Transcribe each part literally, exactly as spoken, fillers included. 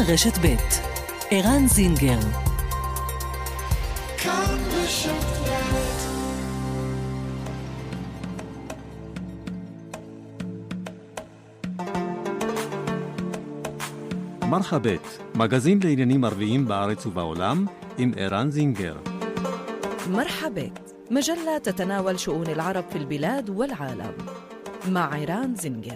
רשת ב' ערן זינגר. כאן רשת ב'. מרחבת, מגזין לעניינים ערביים בארץ ובעולם עם ערן זינגר. مرحبا مجلة تتناول شؤون العرب في البلاد والعالم مع عران زنجر.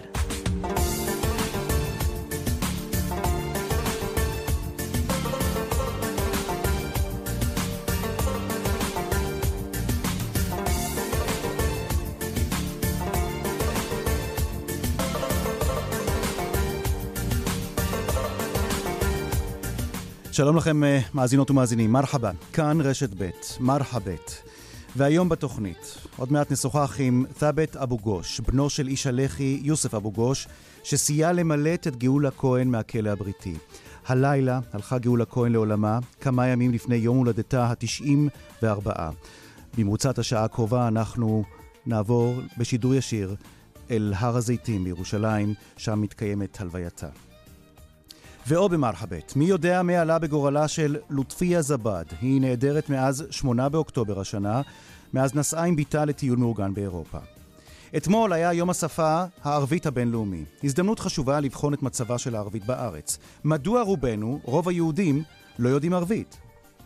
שלום לכם מאזינות ומאזינים, מרחבה, כאן רשת ב', מרחבת. והיום בתוכנית, עוד מעט נשוחח עם ת'אבת אבו גוש, בנו של איש הלח"י יוסף אבו גוש, שסייע למלט את גאולה כהן מהכלא הבריטי. הלילה הלכה גאולה כהן לעולמה, כמה ימים לפני יום הולדתה ה-תשעים וארבע. במרוצת השעה הקרובה אנחנו נעבור בשידור ישיר אל הר הזיתים בירושלים, שם מתקיימת הלווייתה. ואו במרחבת, מי יודע מה עלה בגורלה של לוטפיה זבד. היא נעדרת מאז שמונה באוקטובר השנה, מאז נסעה עם ביתה לטיול מאורגן באירופה. אתמול היה יום השפה הערבית הבינלאומי. הזדמנות חשובה לבחון את מצבה של הערבית בארץ. מדוע רובנו, רוב היהודים, לא יודעים ערבית?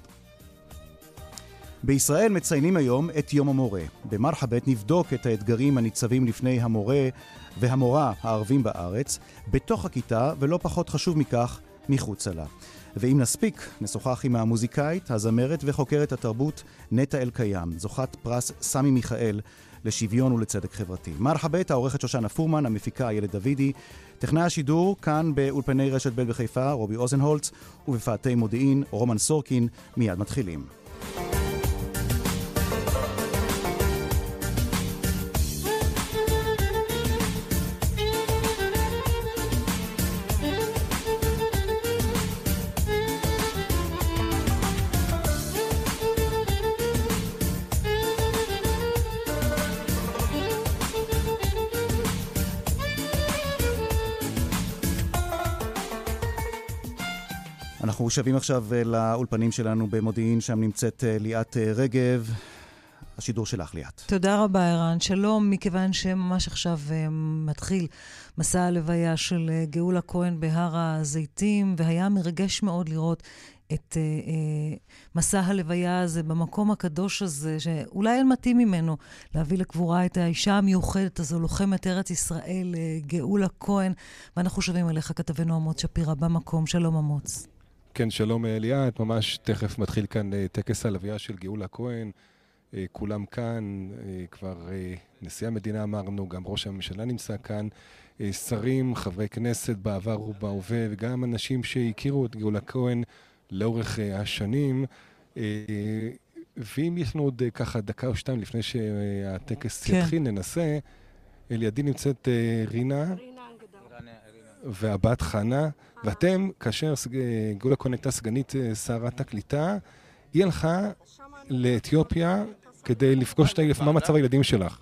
בישראל מציינים היום את יום המורה. במרחבת נבדוק את האתגרים הניצבים לפני המורה והמורה הערבים בארץ, בתוך הכיתה ולא פחות חשוב מכך, מחוץ לה. ואם נספיק, נשוחח עם המוזיקאית, הזמרת וחוקרת התרבות נטע אלקיים, זוכת פרס סמי מיכאל לשוויון ולצדק חברתי. מרחבת, העורכת שושנה פורמן, המפיקה איילת דוידי, טכנאי השידור כאן באולפני רשת ב' בחיפה, רובי אוזנהולץ, ובפאתי מודיעין, רומן סורקין. מיד מתחילים. אנחנו שבים עכשיו לאולפנים שלנו במודיעין, שם נמצאת ליאת רגב. השידור שלך, ליאת. תודה רבה, ערן. שלום, מכיוון שממש עכשיו מתחיל מסע הלוויה של גאולה כהן בהר הזיתים, והיה מרגש מאוד לראות את אה, מסע הלוויה הזה במקום הקדוש הזה, שאולי אין מתאים ממנו להביא לקבורה את האישה המיוחדת הזו, לוחמת ארץ ישראל, גאולה כהן, ואנחנו שבים אליך כתבנו אמוץ שפירא במקום. שלום אמוץ. כן, שלום ליאת, ממש תכף מתחיל כאן טקס הלוויה של גאולה כהן, כולם כאן, כבר נשיא המדינה אמרנו, גם ראש הממשלה נמצא כאן, שרים, חברי כנסת בעבר ובהווה, וגם אנשים שהכירו את גאולה כהן לאורך השנים, ואם יש לנו עוד ככה דקה או שתיים לפני שהטקס כן. יתחיל, ננסה, לידי נמצאת רינה, והבת חנה, ואתם, כאשר גאולה כהן הייתה סגנית שרת הקליטה, היא הלכה לאתיופיה כדי לפגוש מה מצב הילדים שלך.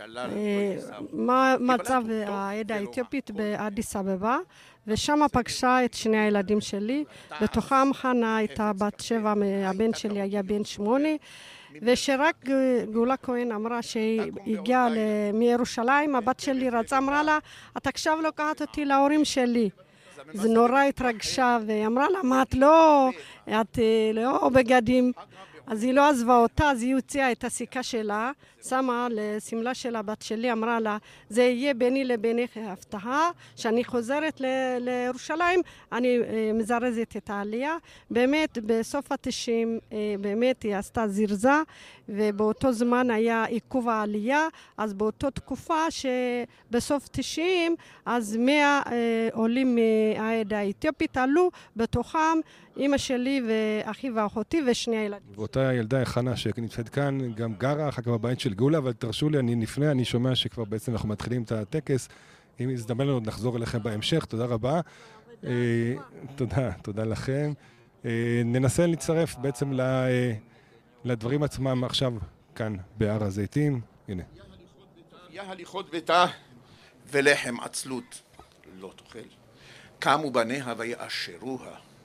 מה מצב העדה האתיופית באדיס אבבה, ושם פגשה את שני הילדים שלי, בתוכם חנה הייתה בת שבע, הבן שלי היה בן שמונה, ושרק גאולה כהן אמרה שהיא הגיעה מירושלים, הבת שלי רצה, אמרה לה, את עכשיו לוקחת אותי להורים שלי. זה נורא התרגשה, והיא אמרה לה, מה את לא, את לא בגדים. אז היא לא עזבה אותה, אז היא הוציאה את הסיכה שלה, שמה לסמלה של הבת שלי, אמרה לה, זה יהיה ביני לבינך הבטחה, שאני חוזרת ל- לירושלים, אני אה, מזרזת את העלייה. באמת, בסוף התשעים, אה, באמת היא עשתה זרזה, ובאותו זמן היה עיכוב העלייה, אז באותו תקופה שבסוף תשעים, אז מאה אה, עולים מהעדה האתיופית עלו, בתוכם אמא שלי ואחי ואחותי ושני הילדים. ואותה ילדה חנה שנמצאת כאן גם גרה אחר כך בבית של גאולה, אבל תרשו לי, אני לפני, אני שומע שכבר בעצם אנחנו מתחילים את הטקס. אם יזדמן לנו, נחזור אליכם בהמשך. תודה רבה. תודה, תודה לכם. ננסה להצטרף בעצם לדברים עצמם עכשיו כאן בהר הזיתים. הנה. יה הליכות ביתה ולחם עצלות לא תאכל. קמו בניה ויאשרוה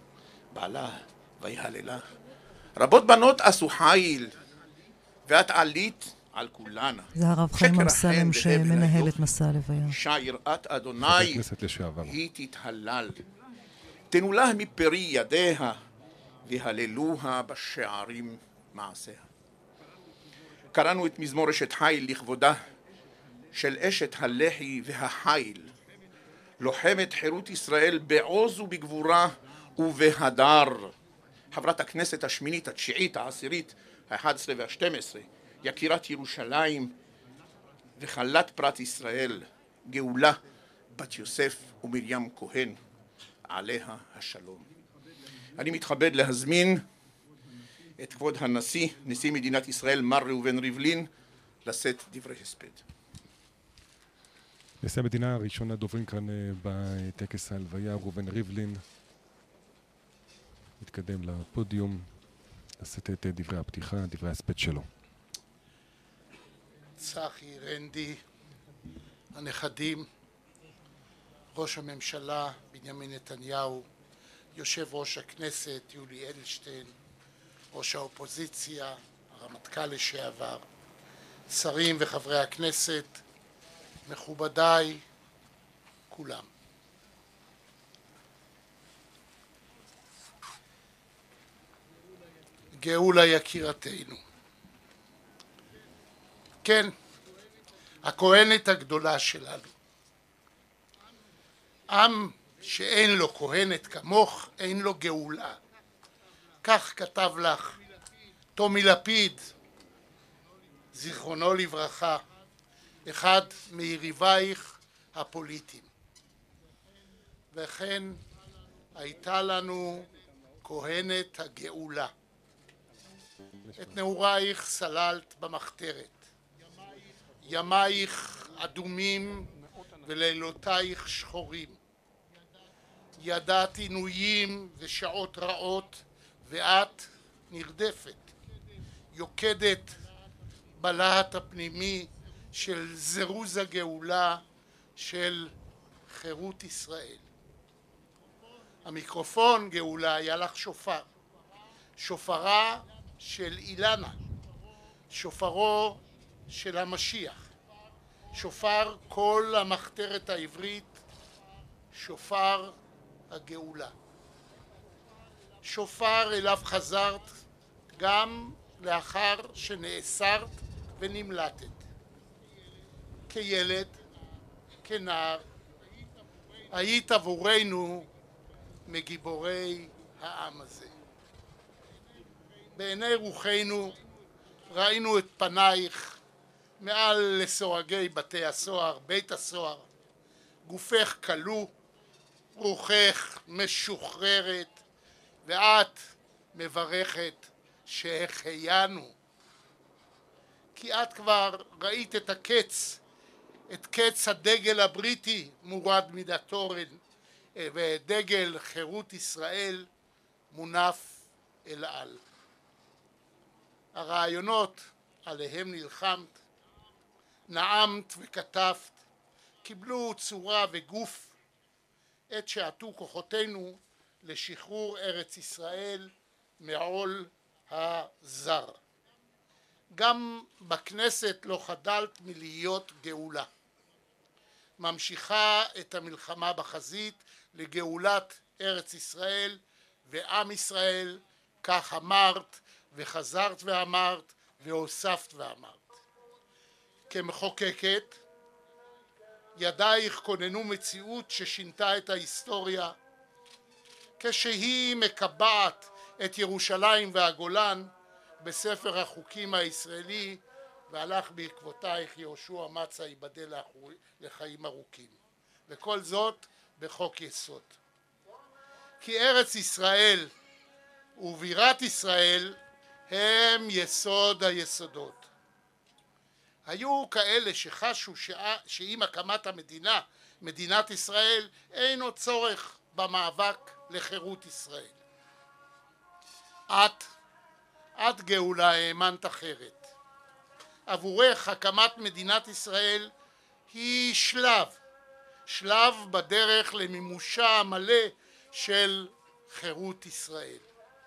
בעלה ויהללה. רבות בנות עשו חיל, ואת עלית על כולנה. זה הרב חיים אמסלם שמנהל את מסע הלוויה. אישה יראת אדוני, היא תתהלל. תנו לה מפרי ידיה, והללוה בשערים מעשיה. קראנו את מזמור אשת חיל לכבודה של אשת הלח"י והחיל, לוחמת חירות ישראל בעוז ובגבורה ובהדר. חברת הכנסת השמינית, התשיעית, העשירית, האחת עשרה והשתים עשרה, יקירת ירושלים וחלת פרת ישראל, גאולה בת יוסף ומרים כהן, עליה השלום. אני מתכבד להזמין את כבוד הנשיא, נשיא מדינת ישראל, מר ראובן ריבלין, לשאת דברי הספד. נשיא המדינה הראשון הדוברים כאן בטקס ההלוויה, ראובן ריבלין, מתקדם לפודיום, לשאת את דברי הפתיחה, דברי הספד שלו. צחי, רנדי, הנכדים, ראש הממשלה בנימין נתניהו, יושב ראש הכנסת יולי אדלשטיין, ראש האופוזיציה, הרמטכ"ל לשעבר, שרים וחברי הכנסת, מכובדיי כולם. גאולה יקירתנו. כן, הכהנת הגדולה שלנו. עם שאין לו כהנת כמוך, אין לו גאולה. כך כתב לך טומי לפיד, זיכרונו לברכה, אחד מיריבייך הפוליטיים. וכן הייתה לנו כהנת הגאולה. את נעורייך סללת במחתרת, ימייך אדומים ולילותייך שחורים. ידעת עינויים ושעות רעות, ואת נרדפת, יוקדת בלהט הפנימי של זירוז הגאולה של חירות ישראל. המיקרופון גאולה היה לך שופר, שופרה של אילנה, שופרו של המשיח, שופר כל המחתרת העברית, שופר הגאולה. שופר אליו חזרת גם לאחר שנאסרת ונמלטת. כילד, כנער, היית עבורנו מגיבורי העם הזה. בעיני רוחנו ראינו את פנייך מעל לסורגי בתי הסוהר, בית הסוהר. גופך כלוא, רוחך משוחררת, ואת מברכת שהחיינו. כי את כבר ראית את הקץ, את קץ הדגל הבריטי מורד מן התורן, ודגל חירות ישראל מונף אל על. הרעיונות עליהם נלחמת, נעמת וכתבת, קיבלו צורה וגוף עת שעטו כוחותינו לשחרור ארץ ישראל מעול הזר. גם בכנסת לא חדלת מלהיות גאולה. ממשיכה את המלחמה בחזית לגאולת ארץ ישראל ועם ישראל, כך אמרת וחזרת ואמרת והוספת ואמרת. כמחוקקת, ידייך כוננו מציאות ששינתה את ההיסטוריה, כשהיא מקבעת את ירושלים והגולן בספר החוקים הישראלי, והלך בעקבותייך יהושע מצא ייבדל לחיים ארוכים. וכל זאת בחוק יסוד. כי ארץ ישראל ובירת ישראל הם יסוד היסודות. היו כאלה שחשו שעם הקמת המדינה, מדינת ישראל, אין עוד צורך במאבק לחירות ישראל. את, את גאולה האמנת אחרת. עבורך הקמת מדינת ישראל היא שלב, שלב בדרך למימושה המלא של חירות ישראל.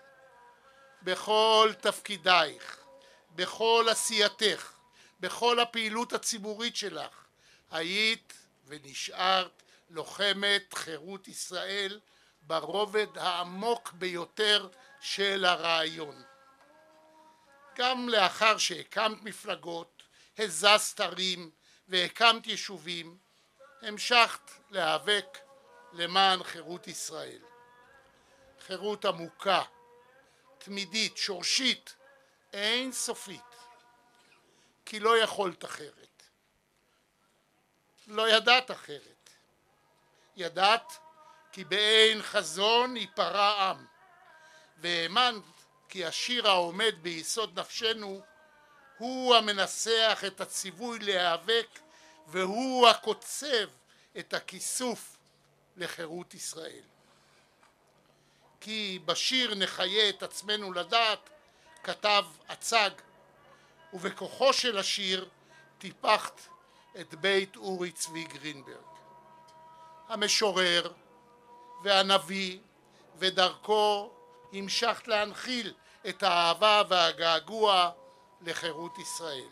בכל תפקידייך, בכל עשייתך, בכל הפעילות הציבורית שלך, היית ונשארת לוחמת חירות ישראל ברובד העמוק ביותר של הרעיון. גם לאחר שהקמת מפלגות, הזזת ערים והקמת יישובים, המשכת להיאבק למען חירות ישראל. חירות עמוקה, תמידית, שורשית, אין סופית. כי לא יכולת אחרת. לא ידעת אחרת. ידעת כי באין חזון ייפרע עם, והאמנת כי השיר העומד ביסוד נפשנו הוא המנסח את הציווי להיאבק, והוא הקוצב את הכיסוף לחירות ישראל. כי בשיר נחיה את עצמנו לדעת כתב הצג, ובכוחו של השיר טיפחת את בית אורי צבי גרינברג. המשורר והנביא ודרכו המשכת להנחיל את האהבה והגעגוע לחירות ישראל.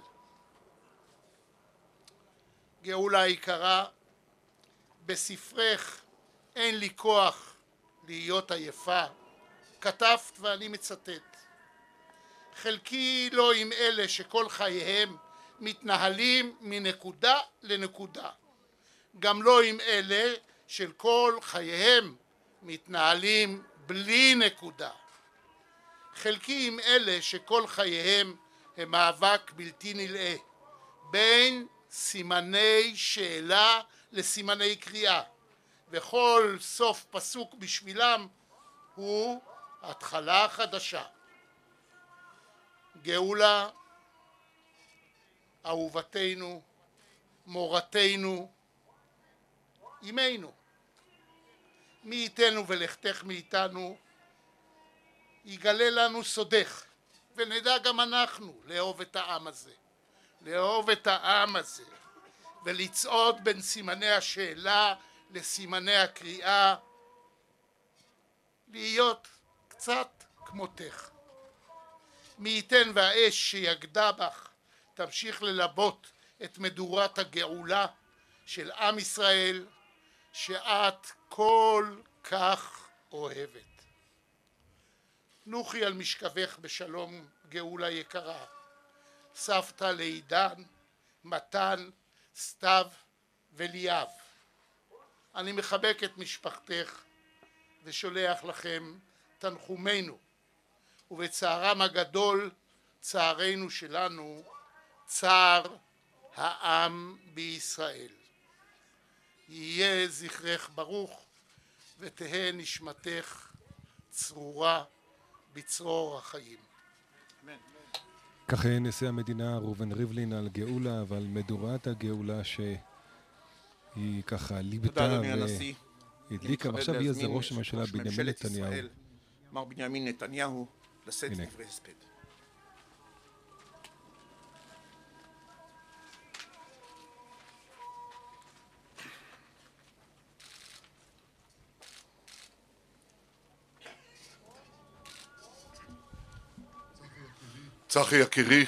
גאולה יקרה, בספרך אין לי כוח להיות עייפה, כתבת ואני מצטט: חלקי לא עם אלה שכל חייהם מתנהלים מנקודה לנקודה, גם לא עם אלה של כל חייהם מתנהלים בלי נקודה. חלקי עם אלה שכל חייהם הם מאבק בלתי נלאה בין סימני שאלה לסימני קריאה, וכל סוף פסוק בשבילם הוא התחלה חדשה. גאולה, אהובתנו, מורתנו, אמנו, מי ייתנו ולכתך מאיתנו, יגלה לנו סודך, ונדע גם אנחנו לאהוב את העם הזה, לאהוב את העם הזה, ולצעוד בין סימני השאלה לסימני הקריאה, להיות קצת כמותך. מי ייתן והאש שיגדה בך תמשיך ללבות את מדורת הגאולה של עם ישראל שאת כל כך אוהבת. נוחי על משכבך בשלום, גאולה יקרה, סבתא לעידן, מתן, סתיו וליאב. אני מחבק את משפחתך ושולח לכם תנחומינו, ובצערם הגדול, צערנו שלנו, צער העם בישראל. יהיה זכרך ברוך ותהא נשמתך צרורה בצרור החיים. כך נשיא המדינה ראובן ריבלין על גאולה ועל מדורת הגאולה שהיא ככה ליבתה והדליקה, ועכשיו יהיה זה ראש הממשלה בנימין נתניהו. מר בנימין נתניהו לשאת דברי הספד. צחי יקירי,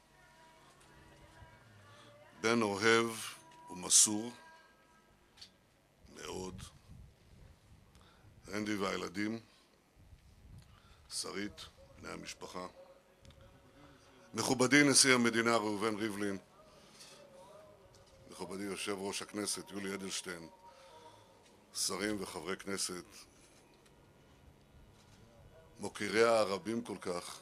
בן אוהב ומסור מאוד, רנדי והילדים, שרית, בני המשפחה, מכובדי נשיא המדינה ראובן ריבלין, מכובדי יושב ראש הכנסת יולי אדלשטיין, שרים וחברי כנסת, מוקיריה הרבים כל כך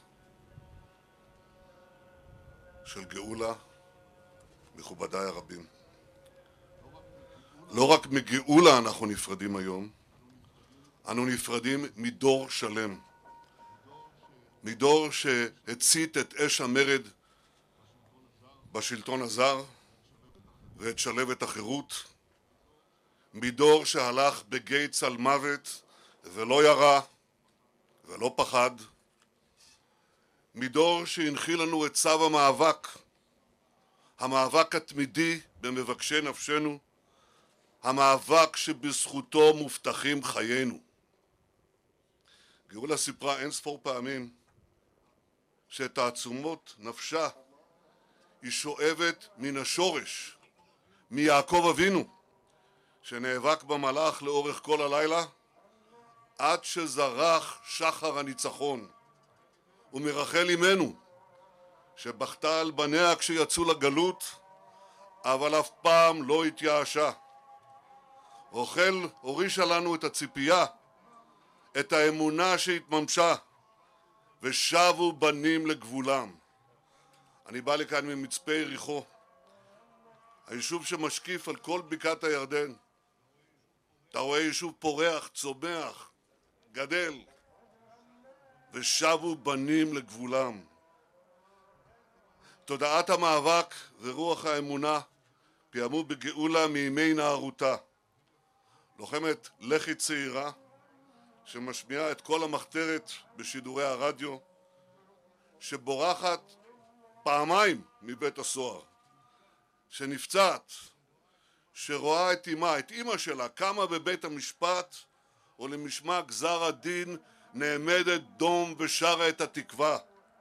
של גאולה, מכובדיי הרבים. לא רק מגאולה אנחנו נפרדים היום, אנו נפרדים מדור שלם, מדור שהצית את אש המרד בשלטון הזר ואת שלוות החירות, מדור שהלך בגיא צל מוות ולא ירה ולא פחד, מדור שהנחיל לנו את צו המאבק, המאבק התמידי במבקשי נפשנו, המאבק שבזכותו מובטחים חיינו. גאולה סיפרה אין ספור פעמים שאת תעצומות נפשה היא שואבת מן השורש, מיעקב אבינו, שנאבק במלאך לאורך כל הלילה, עד שזרח שחר הניצחון, ומרחל אמנו, שבכתה על בניה כשיצאו לגלות, אבל אף פעם לא התייאשה. רחל הורישה לנו את הציפייה, את האמונה שהתממשה, ושבו בנים לגבולם. אני בא לכאן ממצפה יריחו, היישוב שמשקיף על כל בקעת הירדן. אתה רואה יישוב פורח, צומח, גדל, ושבו בנים לגבולם. תודעת המאבק ורוח האמונה פיעמו בגאולה מימי נערותה. לוחמת לח"י צעירה שמשמיעה את כל המחתרת בשידורי הרדיו, שבורחת פעמיים מבית הסוהר, שנפצעת, שרואה את אמא, את אמא שלה, קמה בבית המשפט, או למשמע גזר הדין נעמדת דום ושרה את התקווה.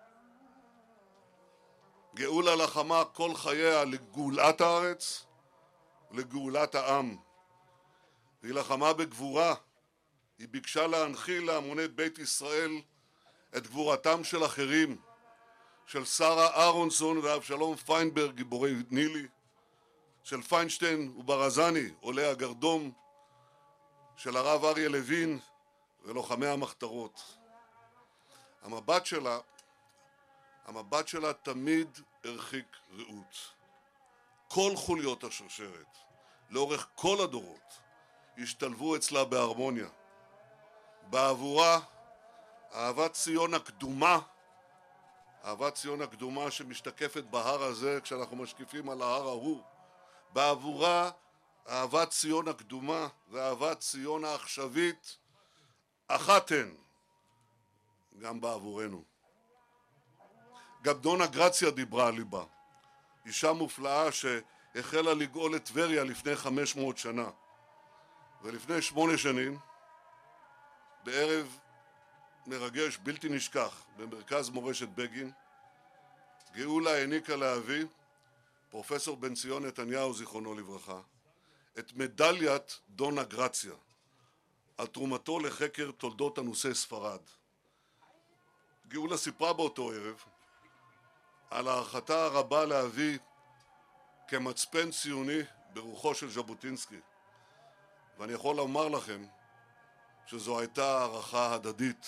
גאולה לחמה כל חייה לגאולת הארץ ולגאולת העם. והיא לחמה בגבורה. היא ביקשה להנחיל להמוני בית ישראל את גבורתם של אחרים, של שרה אהרונסון ואבשלום פיינברג, גיבורי נילי, של פיינשטיין וברזני, עולי הגרדום, של הרב אריה לוין ולוחמי המחתרות. המבט שלה, המבט שלה תמיד הרחיק רעות. כל חוליות השרשרת, לאורך כל הדורות, השתלבו אצלה בהרמוניה. בעבורה, אהבת ציון הקדומה, אהבת ציון הקדומה שמשתקפת בהר הזה כשאנחנו משקיפים על ההר ההוא, בעבורה אהבת ציון הקדומה ואהבת ציון העכשווית אחת הן, גם בעבורנו. גם דונה גרציה דיברה על ליבה, אישה מופלאה שהחלה לגאול את טבריה לפני חמש מאות שנה. ולפני שמונה שנים, בערב מרגש בלתי נשכח במרכז מורשת בגין, גאולה העניקה לאבי, פרופסור בן ציון נתניהו זיכרונו לברכה, את מדליית דונה גרציה על תרומתו לחקר תולדות אנוסי ספרד. גאולה סיפרה באותו ערב על הערכתה הרבה לאבי כמצפן ציוני ברוחו של ז'בוטינסקי, ואני יכול לומר לכם שזו הייתה הערכה הדדית.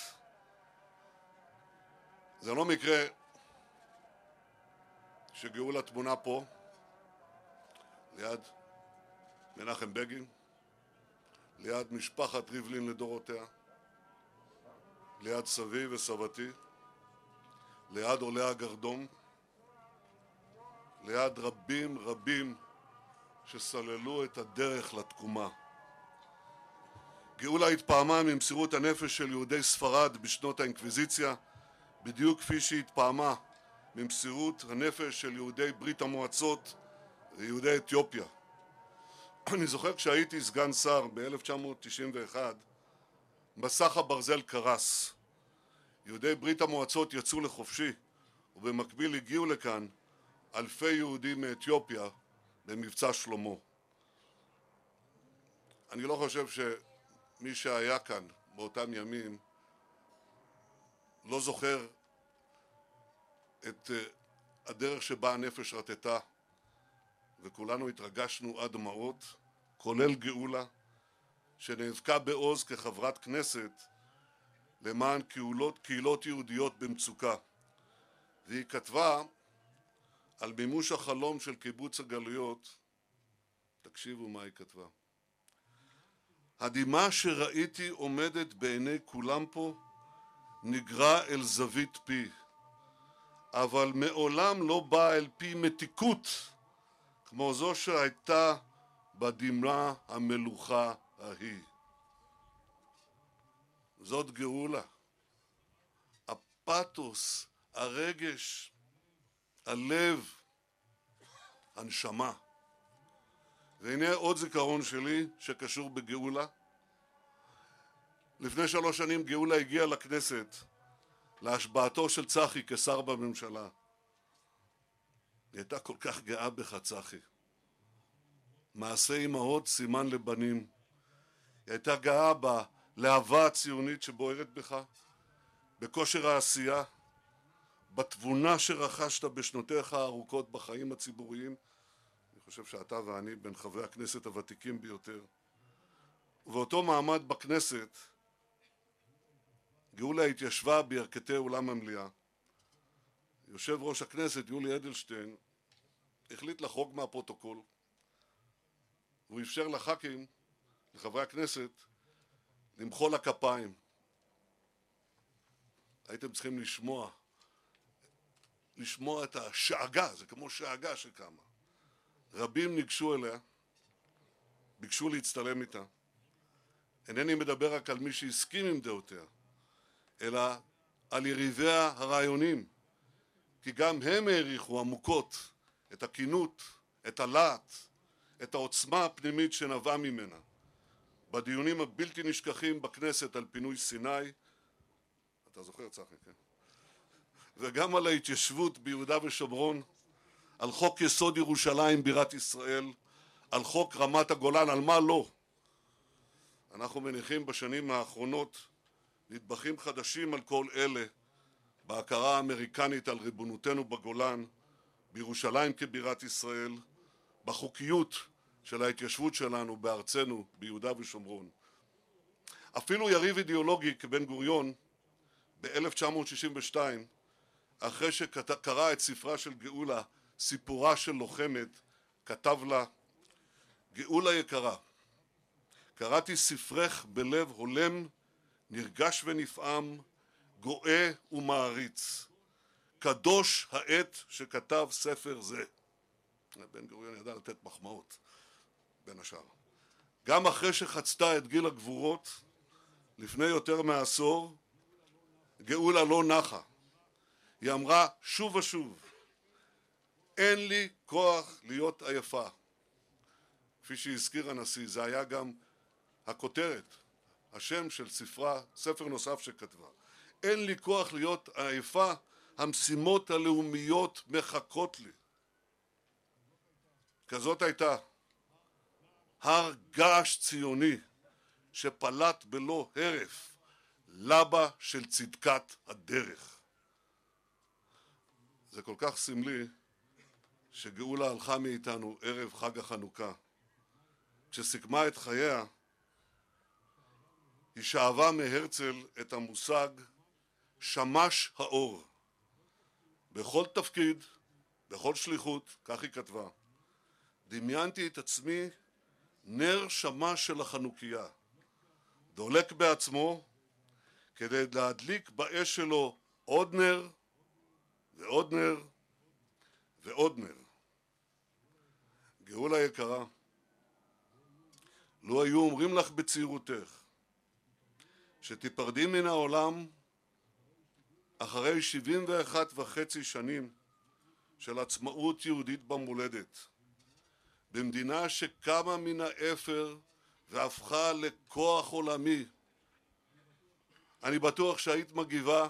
זה לא מקרה שגאולה תמונה פה, ליד מנחם בגין, ליד משפחת ריבלין לדורותיה, ליד סבי וסבתי, ליד עולי הגרדום, ליד רבים רבים שסללו את הדרך לתקומה. גאולה התפעמה ממסירות הנפש של יהודי ספרד בשנות האינקוויזיציה, בדיוק כפי שהתפעמה ממסירות הנפש של יהודי ברית המועצות ויהודי אתיופיה. אני זוכר כשהייתי סגן שר ב-אלף תשע מאות תשעים ואחת, מסך הברזל קרס. יהודי ברית המועצות יצאו לחופשי, ובמקביל הגיעו לכאן אלפי יהודים מאתיופיה במבצע שלמה. אני לא חושב שמי שהיה כאן באותם ימים לא זוכר את הדרך שבה הנפש רטטה, וכולנו התרגשנו עד דמעות, כולל גאולה, שנאבקה בעוז כחברת כנסת למען קהילות, קהילות יהודיות במצוקה. והיא כתבה על מימוש החלום של קיבוץ הגלויות, תקשיבו מה היא כתבה. הדמעה שראיתי עומדת בעיני כולם פה נגרה אל זווית פי, אבל מעולם לא באה אל פי מתיקות כמו זו שהייתה בדמעה המלוכה ההיא. זאת גאולה. הפתוס, הרגש, הלב, הנשמה. והנה עוד זיכרון שלי שקשור בגאולה. לפני שלוש שנים גאולה הגיעה לכנסת להשבעתו של צחי כשר בממשלה. היא הייתה כל כך גאה בך, צחי. מעשה אמהות סימן לבנים. היא הייתה גאה בלהבה הציונית שבוערת בך, בכושר העשייה, בתבונה שרכשת בשנותיך הארוכות בחיים הציבוריים. אני חושב שאתה ואני בין חברי הכנסת הוותיקים ביותר. ובאותו מעמד בכנסת, גאולה התיישבה בירכתי אולם המליאה. יושב ראש הכנסת יולי אדלשטיין החליט לחרוג מהפרוטוקול. הוא אפשר לח"כים, לחברי הכנסת, למחוא לה כפיים. הייתם צריכים לשמוע, לשמוע את השאגה, זה כמו שאגה שקמה. רבים ניגשו אליה, ביקשו להצטלם איתה. אינני מדבר רק על מי שהסכים עם דעותיה, אלא על יריביה הרעיונים, כי גם הם העריכו עמוקות את הכינות, את הלהט, את העוצמה הפנימית שנבעה ממנה. בדיונים הבלתי נשכחים בכנסת על פינוי סיני, אתה זוכר צחי, כן? וגם על ההתיישבות ביהודה ושומרון, על חוק יסוד ירושלים בירת ישראל, על חוק רמת הגולן, על מה לא. אנחנו מניחים בשנים האחרונות נדבכים חדשים על כל אלה, בהכרה האמריקנית על ריבונותנו בגולן, בירושלים כבירת ישראל, בחוקיות של ההתיישבות שלנו בארצנו, ביהודה ושומרון. אפילו יריב אידיאולוגי כבן גוריון, ב-אלף תשע מאות שישים ושתיים, אחרי שקרא את ספרה של גאולה, סיפורה של לוחמת, כתב לה, גאולה יקרה, קראתי ספרך בלב הולם, נרגש ונפעם, גואה ומעריץ. קדוש העת שכתב ספר זה. בן גוריון ידע לתת מחמאות, בין השאר. גם אחרי שחצתה את גיל הגבורות, לפני יותר מעשור, גאולה לא נחה. היא אמרה שוב ושוב, אין לי כוח להיות עייפה. כפי שהזכיר הנשיא, זה היה גם הכותרת, השם של ספרה, ספר נוסף שכתבה. אין לי כוח להיות עייפה, המשימות הלאומיות מחכות לי. כזאת הייתה הר געש ציוני שפלט בלא הרף לבה של צדקת הדרך. זה כל כך סמלי שגאולה הלכה מאיתנו ערב חג החנוכה. כשסיכמה את חייה, היא שאבה מהרצל את המושג שמש האור. בכל תפקיד, בכל שליחות, כך היא כתבה, דמיינתי את עצמי נר שמש של החנוכיה, דולק בעצמו כדי להדליק באש שלו עוד נר ועוד נר ועוד נר. גאולה יקרה, לו היו אומרים לך בצעירותך שתיפרדי מן העולם אחרי שבעים ואחת וחצי שנים של עצמאות יהודית במולדת, במדינה שקמה מן האפר והפכה לכוח עולמי, אני בטוח שהיית מגיבה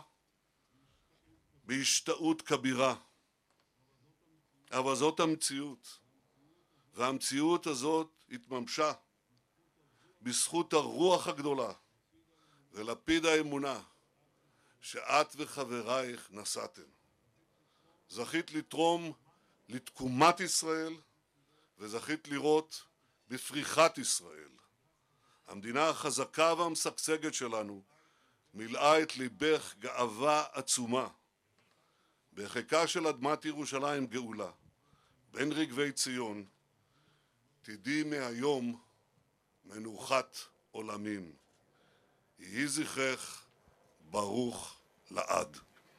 בהשתאות כבירה. אבל זאת המציאות, והמציאות הזאת התממשה בזכות הרוח הגדולה ולפיד האמונה שאת וחברייך נשאתם. זכית לתרום לתקומת ישראל וזכית לראות בפריחת ישראל. המדינה החזקה והמשגשגת שלנו מילאה את ליבך גאווה עצומה. בחיקה של אדמת ירושלים גאולה, בין רגבי ציון, תדעי מהיום מנוחת עולמים. יהי זכרך ברוך לעד.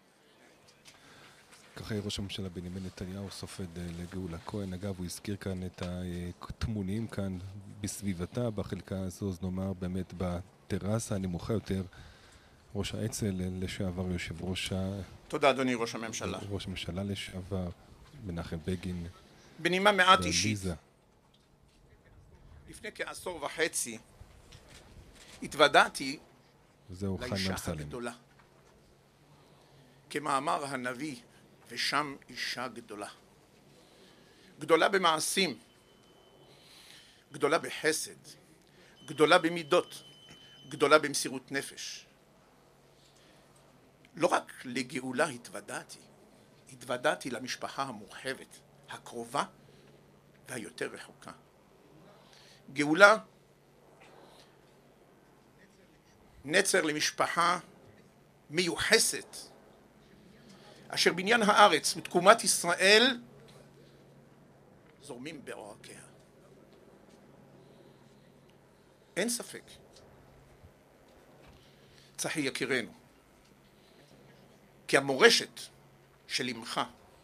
ככה ראש הממשלה בנימין נתניהו סופד לגאולה כהן. אגב, הוא הזכיר כאן את התמונים כאן בסביבתה, בחלקה הזו, אז נאמר באמת בטרסה הנמוכה יותר, ראש האצ"ל לשעבר, יושב ראש ה... תודה אדוני ראש הממשלה. ראש הממשלה לשעבר, מנחם בגין. בנימה מעט אישית. לפני כעשור וחצי התוודעתי וזהו חיים לאישה אמסלם. הגדולה. כמאמר הנביא, ושם אישה גדולה. גדולה במעשים, גדולה בחסד, גדולה במידות, גדולה במסירות נפש. לא רק לגאולה התוודעתי, התוודעתי למשפחה המורחבת, הקרובה והיותר רחוקה. גאולה, נצר למשפחה מיוחסת, אשר בניין הארץ ותקומת ישראל זורמים בעורקיה. אין ספק, צחי יקירנו, כי המורשת של אמך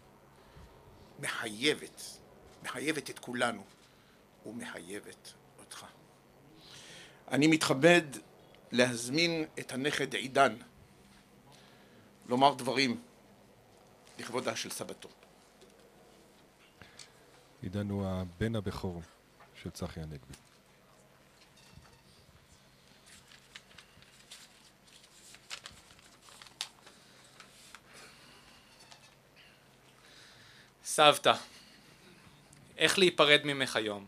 מחייבת, מחייבת את כולנו ומחייבת אותך. אני מתכבד להזמין את הנכד עידן לומר דברים לכבודה של סבתו. עידן הוא הבן הבכור של צחי הנגבי. סבתא, איך להיפרד ממך היום?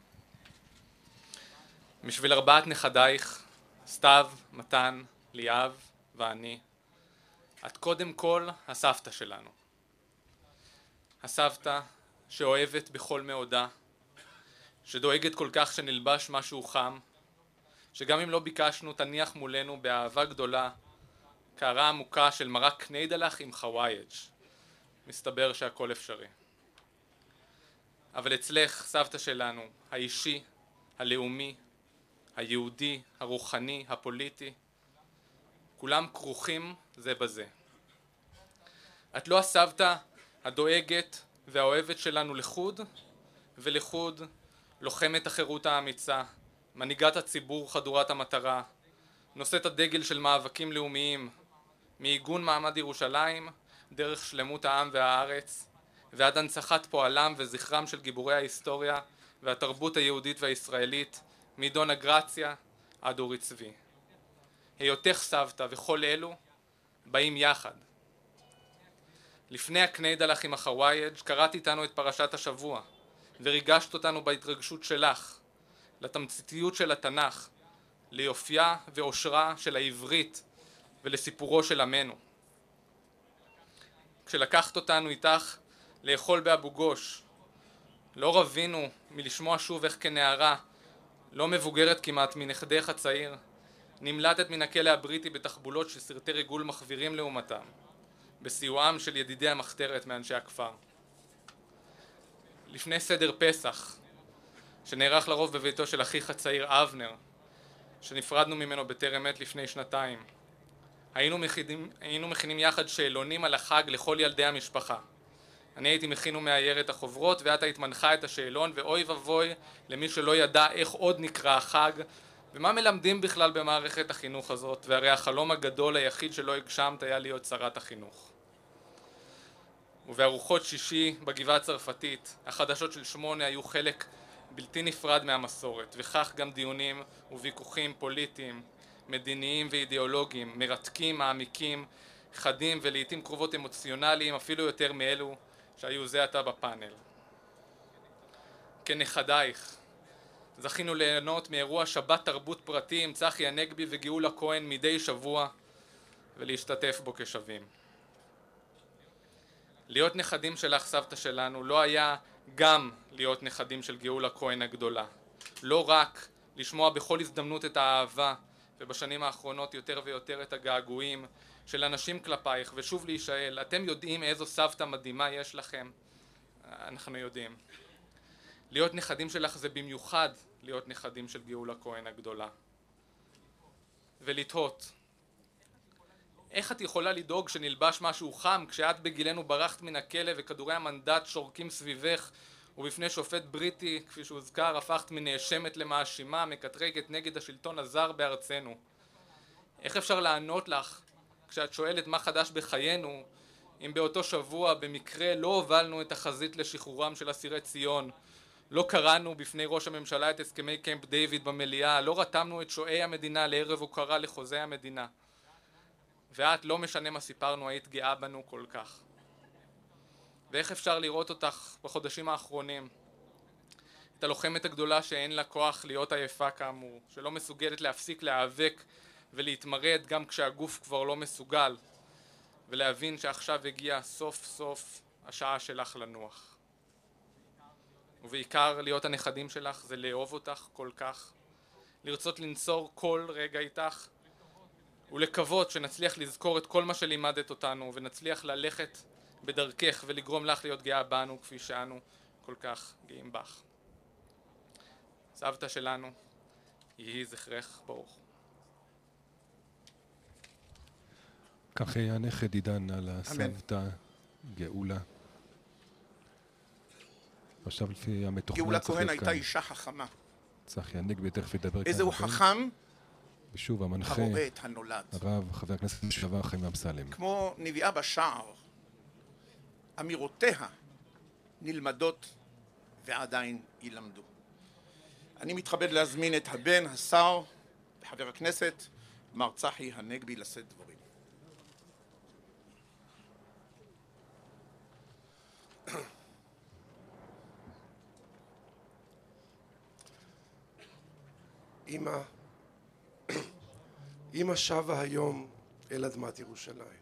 בשביל ארבעת נכדייך, סתיו, מתן, ליאב ואני, את קודם כל הסבתא שלנו. הסבתא שאוהבת בכל מאודה, שדואגת כל כך שנלבש משהו חם, שגם אם לא ביקשנו תניח מולנו באהבה גדולה, קערה עמוקה של מרק קניידלח עם חווייג'. מסתבר שהכל אפשרי. אבל אצלך, סבתא שלנו, האישי, הלאומי, היהודי, הרוחני, הפוליטי, כולם כרוכים זה בזה. את לא הסבתא הדואגת והאוהבת שלנו לחוד, ולחוד לוחמת החירות האמיצה, מנהיגת הציבור חדורת המטרה, נושאת הדגל של מאבקים לאומיים, מעיגון מעמד ירושלים, דרך שלמות העם והארץ, ועד הנצחת פועלם וזכרם של גיבורי ההיסטוריה והתרבות היהודית והישראלית, מדונה גרציה עד אורי צבי. היותך סבתא וכל אלו באים יחד. לפני הקניידלח עם החווייג' קראת איתנו את פרשת השבוע, וריגשת אותנו בהתרגשות שלך, לתמציתיות של התנ"ך, ליופייה ואושרה של העברית ולסיפורו של עמנו. כשלקחת אותנו איתך לאכול באבו גוש, לא רבינו מלשמוע שוב איך כנערה, לא מבוגרת כמעט מנכדך הצעיר, נמלטת מן הכלא הבריטי בתחבולות של סרטי ריגול מחבירים לעומתם, בסיועם של ידידי המחתרת מאנשי הכפר. לפני סדר פסח, שנערך לרוב בביתו של אחיך הצעיר אבנר, שנפרדנו ממנו בטרם עת לפני שנתיים, היינו מכינים, היינו מכינים יחד שאלונים על החג לכל ילדי המשפחה. אני הייתי מכין ומאייר את החוברות, ואת היית מנחה את השאלון, ואוי ובוי למי שלא ידע איך עוד נקרא החג, ומה מלמדים בכלל במערכת החינוך הזאת, והרי החלום הגדול היחיד שלא הגשמת היה להיות שרת החינוך. ובארוחות שישי בגבעה הצרפתית, החדשות של שמונה היו חלק בלתי נפרד מהמסורת, וכך גם דיונים וויכוחים פוליטיים, מדיניים ואידיאולוגיים, מרתקים, מעמיקים, חדים ולעיתים קרובות אמוציונליים, אפילו יותר מאלו שהיו זה עתה בפאנל. כנכדייך, זכינו ליהנות מאירוע שבת תרבות פרטי עם צחי הנגבי וגאולה כהן מדי שבוע, ולהשתתף בו כשווים. להיות נכדים שלך, סבתא שלנו, לא היה גם להיות נכדים של גאולה כהן הגדולה. לא רק לשמוע בכל הזדמנות את האהבה, ובשנים האחרונות יותר ויותר את הגעגועים של אנשים כלפייך, ושוב להישאל, אתם יודעים איזו סבתא מדהימה יש לכם? אנחנו יודעים. להיות נכדים שלך זה במיוחד להיות נכדים של גאולה כהן הגדולה. ולתהות, איך את יכולה לדאוג שנלבש משהו חם כשאת בגילנו ברחת מן הכלא וכדורי המנדט שורקים סביבך, ובפני שופט בריטי, כפי שהוזכר, הפכת מנאשמת למאשימה, מקטרגת נגד השלטון הזר בארצנו? איך אפשר לענות לך כשאת שואלת מה חדש בחיינו, אם באותו שבוע במקרה לא הובלנו את החזית לשחרורם של אסירי ציון, לא קראנו בפני ראש הממשלה את הסכמי קמפ דיוויד במליאה, לא רתמנו את שועי המדינה לערב הוקרה לחוזי המדינה? ואת, לא משנה מה סיפרנו, היית גאה בנו כל כך. ואיך אפשר לראות אותך בחודשים האחרונים, את הלוחמת הגדולה שאין לה כוח להיות עייפה כאמור, שלא מסוגלת להפסיק להיאבק ולהתמרד גם כשהגוף כבר לא מסוגל, ולהבין שעכשיו הגיע סוף סוף השעה שלך לנוח. ובעיקר להיות הנכדים שלך זה לאהוב אותך כל כך, לרצות לנצור כל רגע איתך, ולקוות שנצליח לזכור את כל מה שלימדת אותנו, ונצליח ללכת בדרכך ולגרום לך להיות גאה בנו כפי שאנו כל כך גאים בך. סבתא שלנו, יהי זכרך ברוך. כך הנכד עידן על הסבתא גאולה. עכשיו לפי המתוכנן גאולה כהן הייתה אישה חכמה. צחי הנגבי תכף ידבר כאן. איזהו חכם? ושוב המנחה, הרואה את הנולד. הרב, חבר הכנסת לשעבר חיים אמסלם. כמו נביאה בשער, אמירותיה נלמדות ועדיין ילמדו. אני מתכבד להזמין את הבן, השר וחבר הכנסת, מר צחי הנגבי, לשאת דברים. אמא, אמא שבה היום אל אדמת ירושלים.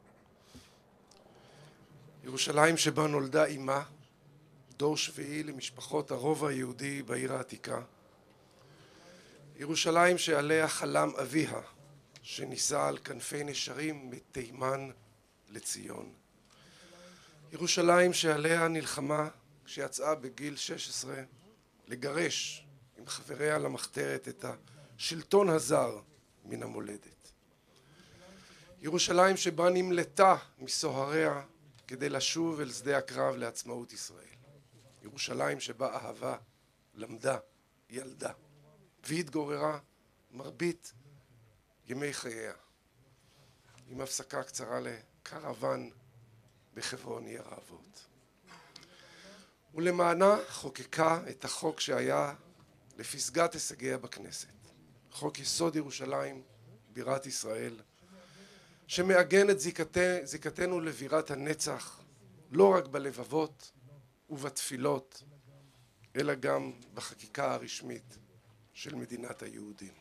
ירושלים שבה נולדה אמא, דור שביעי למשפחות הרובע היהודי בעיר העתיקה. ירושלים שעליה חלם אביה, שנישא על כנפי נשרים מתימן לציון. ירושלים שעליה נלחמה כשיצאה בגיל שש עשרה לגרש עם חבריה למחתרת את השלטון הזר מן המולדת. ירושלים שבה נמלטה מסוהריה כדי לשוב אל שדה הקרב לעצמאות ישראל. ירושלים שבה אהבה, למדה, ילדה, והתגוררה מרבית ימי חייה, עם הפסקה קצרה לקרוון בחברון עיר האבות. ולמענה חוקקה את החוק שהיה לפסגת הישגיה בכנסת, חוק יסוד ירושלים, בירת ישראל, שמעגן את זיקתי, זיקתנו לבירת הנצח, לא רק בלבבות ובתפילות, אלא גם בחקיקה הרשמית של מדינת היהודים.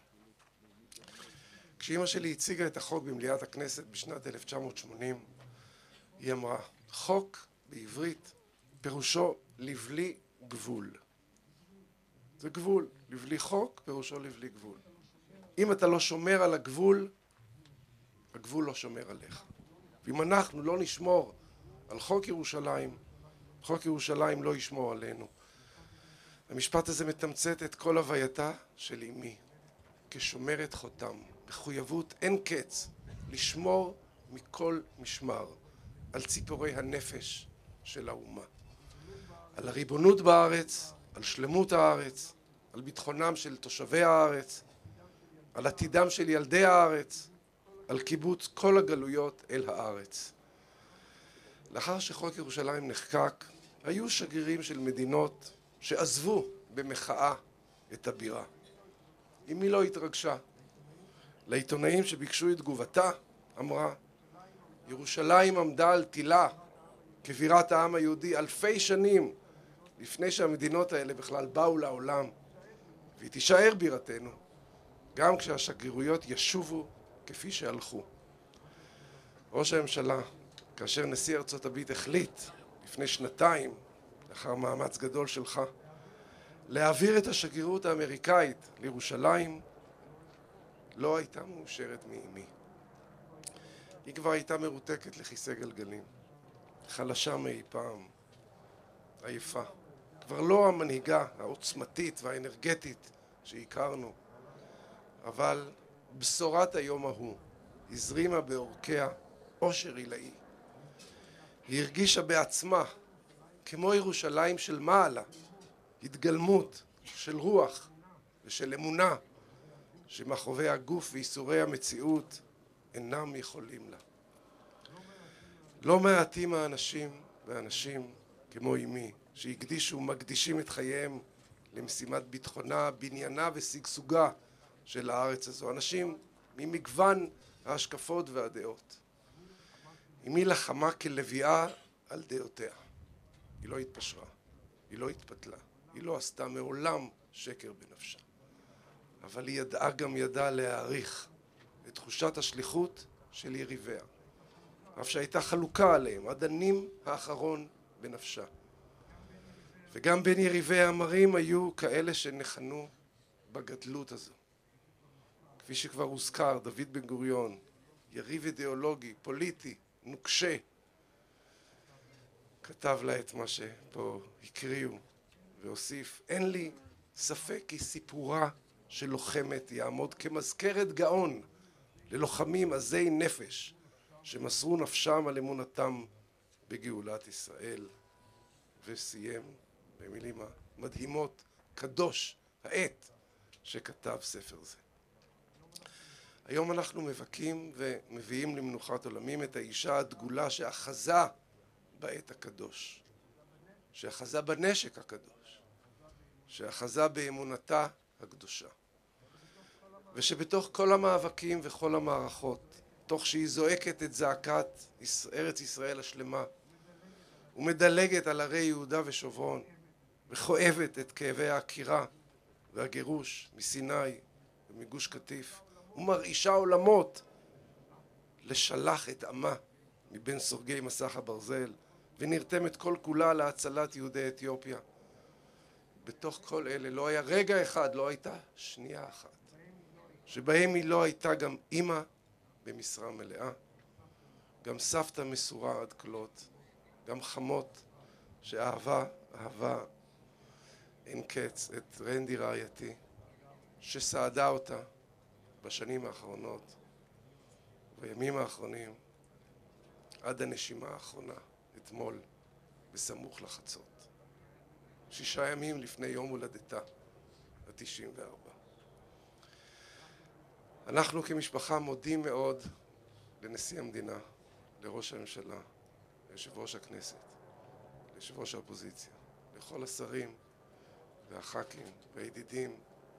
כשאמא שלי הציגה את החוק במליאת הכנסת בשנת אלף תשע מאות שמונים, היא אמרה, חוק בעברית פירושו לבלי גבול. זה גבול, לבלי חוק פירושו לבלי גבול. אם אתה לא שומר על הגבול, הגבול לא שומר עליך. ואם אנחנו לא נשמור על חוק ירושלים, חוק ירושלים לא ישמור עלינו. המשפט הזה מתמצת את כל הווייתה של אמי, כשומרת חותם, מחויבות אין קץ, לשמור מכל משמר על ציפורי הנפש של האומה. על הריבונות בארץ, על שלמות הארץ, על ביטחונם של תושבי הארץ, על עתידם של ילדי הארץ, על קיבוץ כל הגלויות אל הארץ. לאחר שחוק ירושלים נחקק, היו שגרירים של מדינות שעזבו במחאה את הבירה. אמי לא התרגשה. לעיתונאים שביקשו את תגובתה, אמרה, ירושלים עמדה על תילה כבירת העם היהודי אלפי שנים לפני שהמדינות האלה בכלל באו לעולם, והיא תישאר בירתנו, גם כשהשגרירויות ישובו כפי שהלכו. ראש הממשלה, כאשר נשיא ארצות הברית החליט לפני שנתיים, לאחר מאמץ גדול שלך, להעביר את השגרירות האמריקאית לירושלים, לא הייתה מאושרת מאמי. היא כבר הייתה מרותקת לכיסא גלגלים, חלשה מאי פעם, עייפה. כבר לא המנהיגה העוצמתית והאנרגטית שהכרנו, אבל בשורת היום ההוא הזרימה בעורקיה אושר עילאי. היא הרגישה בעצמה, כמו ירושלים של מעלה, התגלמות של רוח ושל אמונה, שמחרובי הגוף וייסורי המציאות אינם יכולים לה. לא מעטים האנשים ואנשים כמו אמי, שהקדישו ומקדישים את חייהם למשימת ביטחונה, בניינה ושגשוגה של הארץ הזו. אנשים ממגוון ההשקפות והדעות. אמי לחמה כלביאה על דעותיה. היא לא התפשרה, היא לא התפתלה, היא לא עשתה מעולם שקר בנפשה. אבל היא ידעה גם ידעה להעריך את תחושת השליחות של יריביה, אף שהייתה חלוקה עליהם עד הנים האחרון בנפשה. וגם בין יריביה המרים היו כאלה שנחנו בגדלות הזו. כפי שכבר הוזכר, דוד בן גוריון, יריב אידיאולוגי, פוליטי, נוקשה, כתב לה את מה שפה הקריאו והוסיף: אין לי ספק כי סיפורה של לוחמת יעמוד כמזכרת גאון ללוחמים עזי נפש שמסרו נפשם על אמונתם בגאולת ישראל. וסיים במילים המדהימות: קדוש העת שכתב ספר זה. היום אנחנו מבכים ומביאים למנוחת עולמים את האישה הדגולה שאחזה בעת הקדוש, שאחזה בנשק הקדוש, שאחזה באמונתה הקדושה, ושבתוך כל המאבקים וכל המערכות, תוך שהיא זועקת את זעקת ארץ ישראל השלמה ומדלגת על ערי יהודה ושומרון וכואבת את כאבי העקירה והגירוש מסיני ומגוש קטיף, ומרעישה עולמות לשלח את עמה מבין סורגי מסך הברזל, ונרתמת כל כולה להצלת יהודי אתיופיה. בתוך כל אלה לא היה רגע אחד, לא הייתה שנייה אחת, שבהם היא לא הייתה גם אימא במשרה מלאה, גם סבתא מסורה עד כלות, גם חמות שאהבה, אהבה אין קץ את רנדי רעייתי, שסעדה אותה בשנים האחרונות, בימים האחרונים, עד הנשימה האחרונה, אתמול, בסמוך לחצות. שישה ימים לפני יום הולדתה, ה-תשעים וארבע. אנחנו כמשפחה מודים מאוד לנשיא המדינה, לראש הממשלה, ליושב ראש הכנסת, ליושב ראש האופוזיציה, לכל השרים והח"כים והידידים.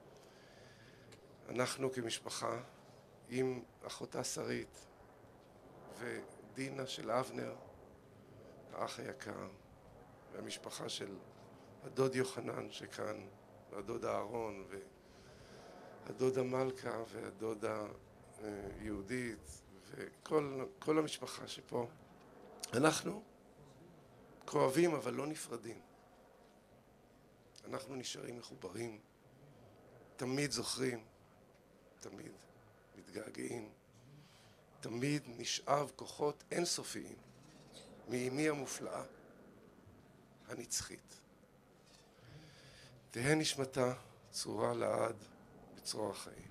אנחנו כמשפחה עם אחותה שרית ודינה של אבנר, האח היקר, והמשפחה של הדוד יוחנן שכאן, והדוד אהרון והדוד המלכה והדוד היהודית וכל כל המשפחה שפה. אנחנו כואבים אבל לא נפרדים. אנחנו נשארים מחוברים, תמיד זוכרים, תמיד מתגעגעים, תמיד נשאב כוחות אינסופיים מאמי המופלאה, הנצחית. תהא נשמתה צרורה לעד בצרור החיים.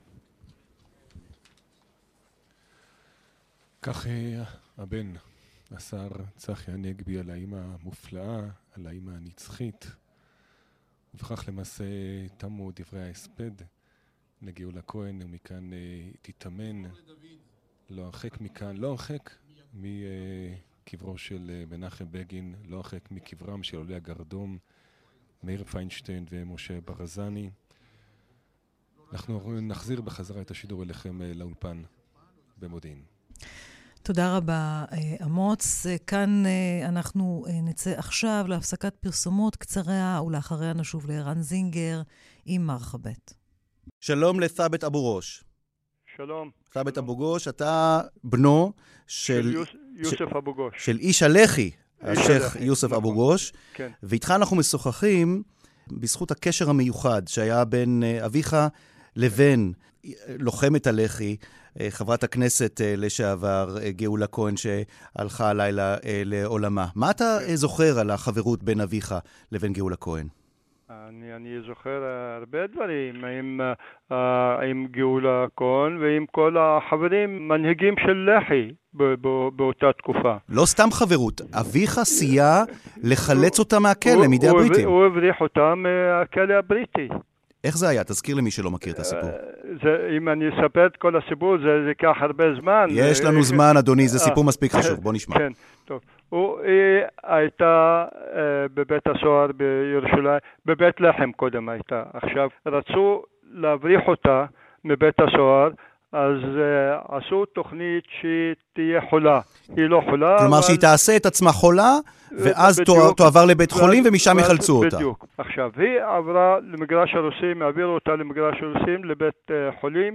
כך הבן, השר צחי הנגבי, על האמא המופלאה, על האמא הנצחית. ובכך למעשה תמו דברי ההספד לגאולה כהן, ומכאן תתאמן לא הרחק מכאן, לא הרחק מקברו של מנחם בגין, לא הרחק מקברם של עולי הגרדום, מאיר פיינשטיין ומשה ברזני. אנחנו נחזיר בחזרה את השידור אליכם לאולפן במודיעין. תודה רבה, אמוץ. כאן אנחנו נצא עכשיו להפסקת פרסומות קצרה, ולאחריה נשוב לערן זינגר עם מרחבת. שלום לת'אבת אבו ראש. שלום. ת'אבת אבו גוש, אתה בנו של, של יוס, יוסף אבו גוש. של איש הלח"י, השייח יוסף נכון. אבו גוש. כן. ואיתך אנחנו משוחחים בזכות הקשר המיוחד שהיה בין אביך לבין לוחמת הלח"י, חברת הכנסת לשעבר גאולה כהן שהלכה הלילה לעולמה. מה אתה זוכר על החברות בין אביך לבין גאולה כהן? אני, אני זוכר הרבה דברים עם, עם גאולה כהן ועם כל החברים, מנהיגים של לח"י באותה תקופה. לא סתם חברות, אביך סייע לחלץ אותה מהכלא, מידי הבריטים. הוא הבריח אותה מהכלא הבריטי. איך זה היה? תזכיר למי שלא מכיר את הסיפור. זה, אם אני אספר את כל הסיפור, זה ייקח הרבה זמן. יש לנו זמן, אדוני, זה סיפור מספיק חשוב. בוא נשמע. כן, טוב. הוא, היא הייתה אה, בבית הסוהר בירושלים, בבית לחם קודם הייתה. עכשיו, רצו להבריח אותה מבית הסוהר, אז uh, עשו תוכנית שהיא תהיה חולה. היא לא חולה. כלומר אבל... שהיא תעשה את עצמה חולה, ואז בדיוק, תועבר לבית ואז, חולים ומשם ואז, יחלצו אותה. בדיוק. עכשיו, היא עברה למגרש הרוסים, העבירו אותה למגרש הרוסים, לבית uh, חולים,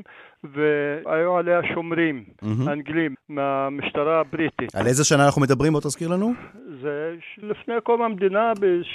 והיו עליה שומרים, mm-hmm. אנגלים, מהמשטרה הבריטית. על איזה שנה אנחנו מדברים? בוא תזכיר לנו. זה לפני קום המדינה,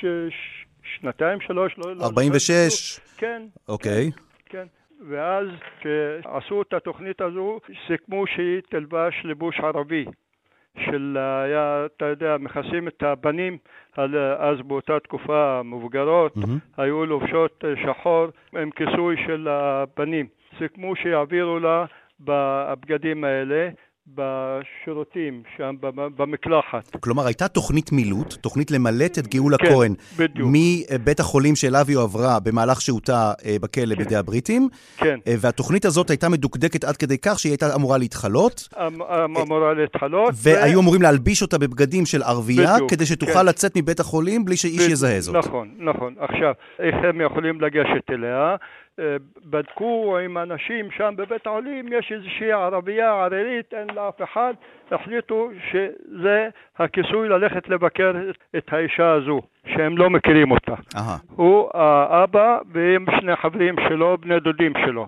בשנתיים, שלוש, לא... ארבעים ושש? כן. אוקיי. כן. ואז כשעשו את התוכנית הזו, סיכמו שהיא תלבש לבוש ערבי. של היה, אתה יודע, מכסים את הבנים, אז באותה תקופה מבוגרות, mm-hmm. היו לובשות שחור עם כיסוי של הבנים. סיכמו שיעבירו לה בבגדים האלה, בשירותים, שם במקלחת. כלומר, הייתה תוכנית מילוט, תוכנית למלט את גאולה כן, כהן, בדיוק. מבית החולים שאליו היא עברה במהלך שהותה בכלא כן. בידי הבריטים, כן. והתוכנית הזאת הייתה מדוקדקת עד כדי כך שהיא הייתה אמורה להתחלות. אמורה להתחלות. והיו ו... אמורים להלביש אותה בבגדים של ערבייה, בדיוק, כדי שתוכל כן. לצאת מבית החולים בלי שאיש ב... יזהה זאת. נכון, נכון. עכשיו, איך הם יכולים לגשת אליה? בדקו עם אנשים שם בבית העולים, יש איזושהי ערבייה ערירית, אין לה אף אחד, החליטו שזה הכיסוי ללכת לבקר את האישה הזו, שהם לא מכירים אותה. Aha. הוא האבא ועם שני חברים שלו, בני דודים שלו.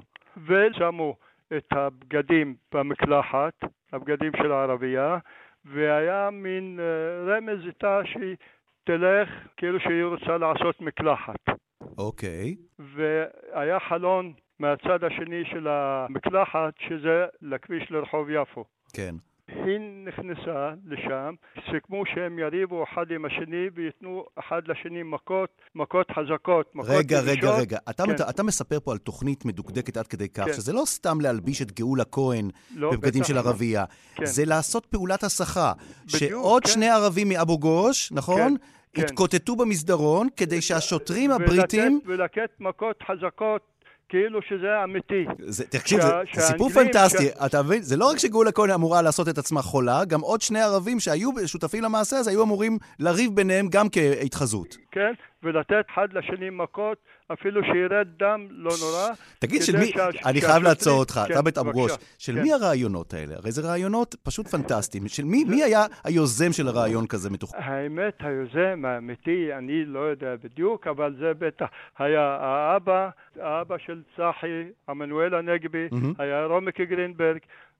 ושמו את הבגדים במקלחת, הבגדים של הערבייה, והיה מין רמז איתה שהיא תלך כאילו שהיא רוצה לעשות מקלחת. אוקיי. Okay. והיה חלון מהצד השני של המקלחת, שזה לכביש לרחוב יפו. כן. היא נכנסה לשם, סיכמו שהם יריבו אחד עם השני ויתנו אחד לשני מכות, מכות חזקות, מכות רגע, נבישות. רגע, רגע. אתה, כן. אתה, אתה מספר פה על תוכנית מדוקדקת עד כדי כך, כן. שזה לא סתם להלביש את גאולה כהן לא, בבגדים של ערבייה. כן. זה לעשות פעולת הסחה. שעוד כן. שני ערבים מאבו גוש, נכון? כן. התקוטטו במסדרון כדי שהשוטרים הבריטים... ולקט מכות חזקות כאילו שזה אמיתי. זה, תקשיב, שה, זה, זה סיפור פנטסטי. ש... אתה מבין? זה לא רק שגאולה כהן אמורה לעשות את עצמה חולה, גם עוד שני ערבים שהיו שותפים למעשה הזה, היו אמורים לריב ביניהם גם כהתחזות. כן, ולתת אחד לשני מכות, אפילו שירד דם, לא נורא. תגיד, של מי, שה... אני חייב לעצור אותך, תאבט אבו גוש, של מי הרעיונות האלה? הרי זה רעיונות פשוט פנטסטיים. של מי, מי היה היוזם של הרעיון כזה מתוך... האמת, היוזם האמיתי, אני לא יודע בדיוק, אבל זה בטח היה האבא, האבא של צחי, עמנואל הנגבי, היה רומק גרינברג,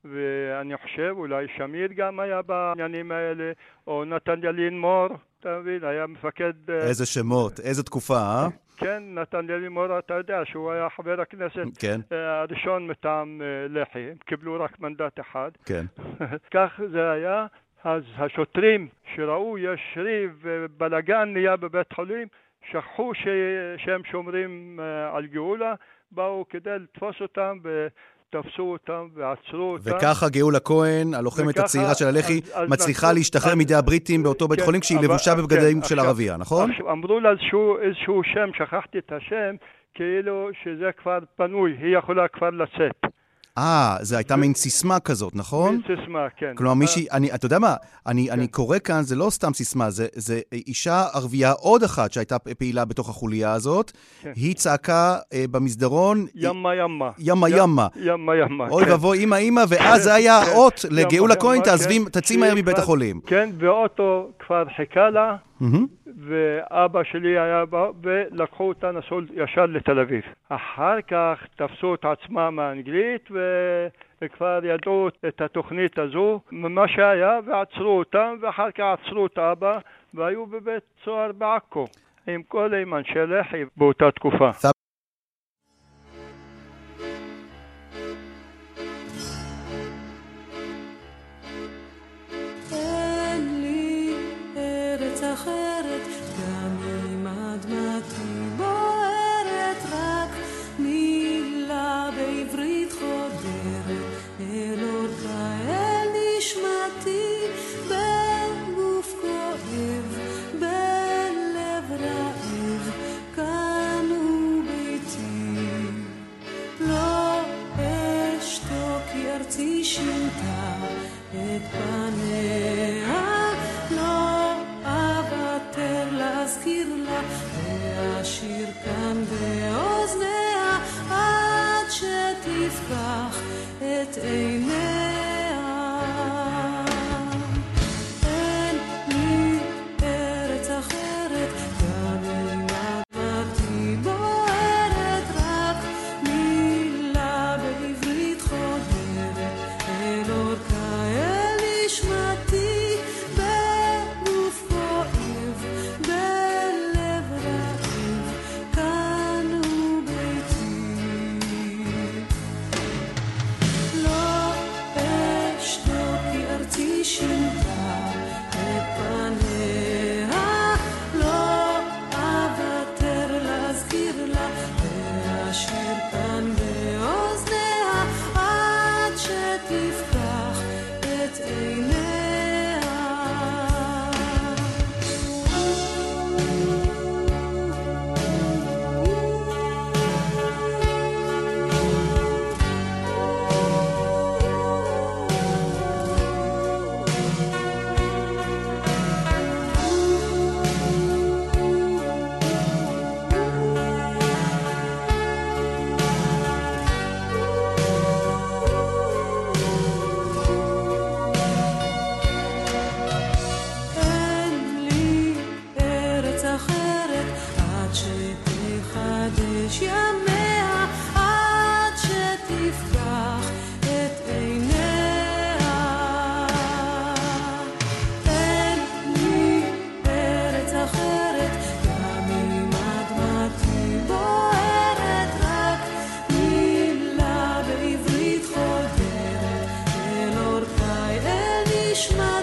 ואני חושב, אולי שמיר גם היה בעניינים האלה, או נתן ילין מור, אתה מבין, היה מפקד... איזה שמות, איזה תקופה, אה? כן, נתן ילין מור, אתה יודע שהוא היה חבר הכנסת כן. הראשון מטעם לח"י, הם קיבלו רק מנדט אחד. כן. כך זה היה, אז השוטרים שראו יש ריב ובלגן נהיה בבית חולים, שכחו ש... שהם שומרים על גאולה, באו כדי לתפוס אותם ו... תפסו אותם ועצרו אותם. וככה גאולה כהן, הלוחמת וככה, הצעירה של הלח"י, מצליחה אז, להשתחרר אז, מידי הבריטים באותו בית כן, חולים כשהיא לבושה בבגדים כן, של עכשיו, ערבייה, נכון? עכשיו, אמרו לה איזשהו, איזשהו שם, שכחתי את השם, כאילו שזה כבר פנוי, היא יכולה כבר לצאת. אה, זה הייתה מין סיסמה כזאת, נכון? מין סיסמה, כן. כלומר, מישהי, אני, אתה יודע מה, אני, כן. אני קורא כאן, זה לא סתם סיסמה, זה, זה אישה ערבייה עוד אחת שהייתה פעילה בתוך החוליה הזאת, כן. היא צעקה אה, במסדרון... ימה ימה. ימה ימה. ימה ימה, אוי כן. ובוא, אמא אמא, ואז זה היה אות לגאולה כהן, תעזבים, תצאי מהר מבית החולים. כן, ואוטו כבר חיכה לה, ואבא שלי היה בא, ולקחו אותה, נסעו ישר לתל אביב. אחר כך תפסו את עצמם האנגלית, וכבר ידעו את התוכנית הזו, ממה שהיה, ועצרו אותם, ואחר כך עצרו את אבא, והיו בבית סוהר בעכו, עם כל עם אנשי לח"י באותה תקופה. אחרת, גם אם אדמתי בוערת, רק מילה בעברית חודרת אל אורכה, אל נשמתי, בגוף כואב, בלב רעב, כאן הוא ביתי. לא אשתוק כי ארצי שינתה את פניה, להזכיר לה והשיר כאן באוזניה עד שתהיה שתפקח את עיניה. אין לי ארץ אחרת, גם אם אדמתי בוערת, רק מילה בעברית חודרת אל אורכה, אל נשמתי, בגוף כואב, בלב רעב, כאן הוא ביתי. לא אשתוק כי ארצי שינתה את פניה, לא אוותר להזכיר לה ולהשאיר כאן באוזניה עד שתפקח את עיניה. אין לי ארץ אחרת עד שתחדש ימיה, עד שתפקח את עיניה. אין לי ארץ אחרת, גם אם אדמתי בוערת, רק מילה בעברית חודרת אל אורכה, אל נשמתי,